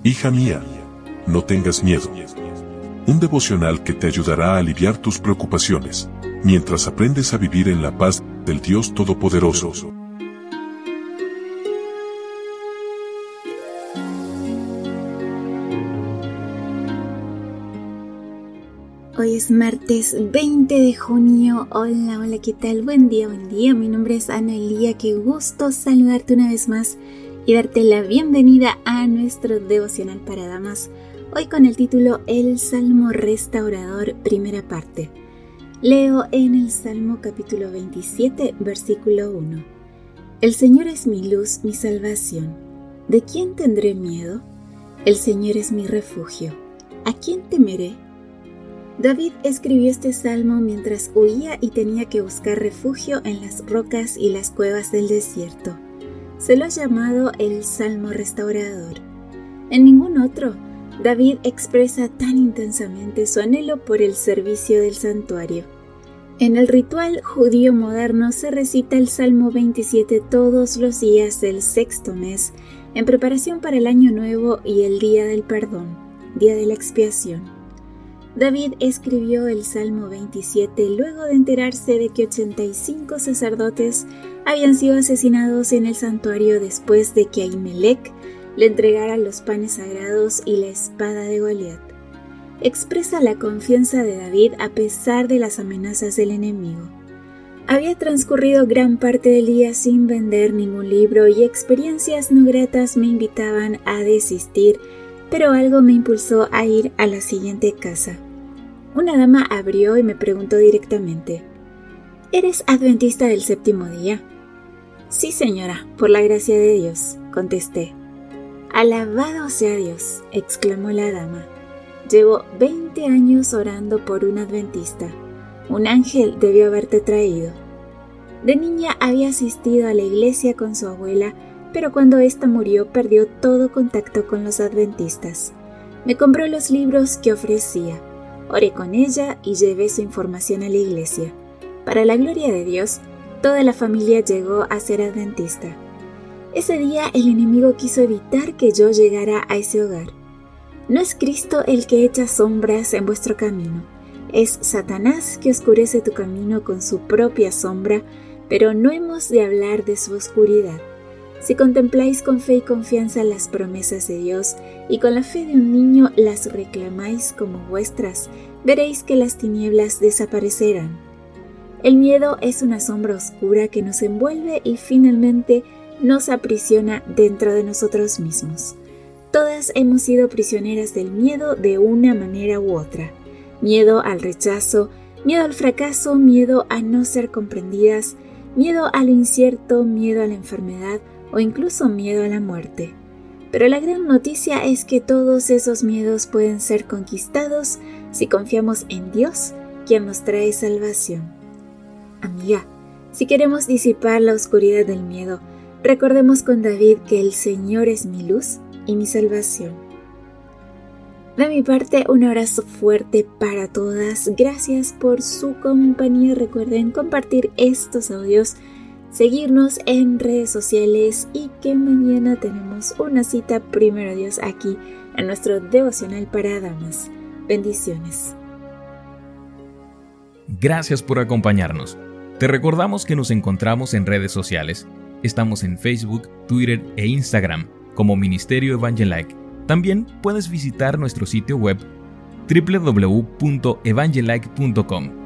Hija mía, no tengas miedo. Un devocional que te ayudará a aliviar tus preocupaciones, mientras aprendes a vivir en la paz del Dios Todopoderoso. Hoy es martes 20 de junio. Hola, ¿qué tal? Buen día. Mi nombre es Ana Elía. Qué gusto saludarte una vez más y darte la bienvenida a nuestro devocional para damas. Hoy con el título El Salmo Restaurador, primera parte. Leo en el Salmo capítulo 27, versículo 1. El Señor es mi luz, mi salvación. ¿De quién tendré miedo? El Señor es mi refugio. ¿A quién temeré? David escribió este salmo mientras huía y tenía que buscar refugio en las rocas y las cuevas del desierto. Se lo ha llamado el Salmo Restaurador. En ningún otro, David expresa tan intensamente su anhelo por el servicio del santuario. En el ritual judío moderno se recita el Salmo 27 todos los días del sexto mes en preparación para el Año Nuevo y el Día del Perdón, Día de la Expiación. David escribió el Salmo 27 luego de enterarse de que 85 sacerdotes habían sido asesinados en el santuario después de que Ahimelech le entregara los panes sagrados y la espada de Goliat. Expresa la confianza de David a pesar de las amenazas del enemigo. Había transcurrido gran parte del día sin vender ningún libro y experiencias no gratas me invitaban a desistir, pero algo me impulsó a ir a la siguiente casa. Una dama abrió y me preguntó directamente: ¿Eres adventista del séptimo día? Sí, señora, por la gracia de Dios, contesté. Alabado sea Dios, exclamó la dama. Llevo 20 años orando por un adventista. Un ángel debió haberte traído. De niña había asistido a la iglesia con su abuela, pero cuando ésta murió perdió todo contacto con los adventistas. Me compró los libros que ofrecía. Oré con ella y llevé su información a la iglesia. Para la gloria de Dios, toda la familia llegó a ser adventista. Ese día el enemigo quiso evitar que yo llegara a ese hogar. No es Cristo el que echa sombras en vuestro camino. Es Satanás que oscurece tu camino con su propia sombra, pero no hemos de hablar de su oscuridad. Si contempláis con fe y confianza las promesas de Dios y con la fe de un niño las reclamáis como vuestras, veréis que las tinieblas desaparecerán. El miedo es una sombra oscura que nos envuelve y finalmente nos aprisiona dentro de nosotros mismos. Todas hemos sido prisioneras del miedo de una manera u otra. Miedo al rechazo, miedo al fracaso, miedo a no ser comprendidas, miedo a lo incierto, miedo a la enfermedad, o incluso miedo a la muerte. Pero la gran noticia es que todos esos miedos pueden ser conquistados si confiamos en Dios, quien nos trae salvación. Amiga, si queremos disipar la oscuridad del miedo, recordemos con David que el Señor es mi luz y mi salvación. De mi parte, un abrazo fuerte para todas. Gracias por su compañía. Recuerden compartir estos audios, seguirnos en redes sociales y que mañana tenemos una cita, primero Dios, aquí en nuestro devocional para damas. Bendiciones. Gracias por acompañarnos. Te recordamos que nos encontramos en redes sociales. Estamos en Facebook, Twitter e Instagram como Ministerio Evangelike. También puedes visitar nuestro sitio web www.evangelike.com.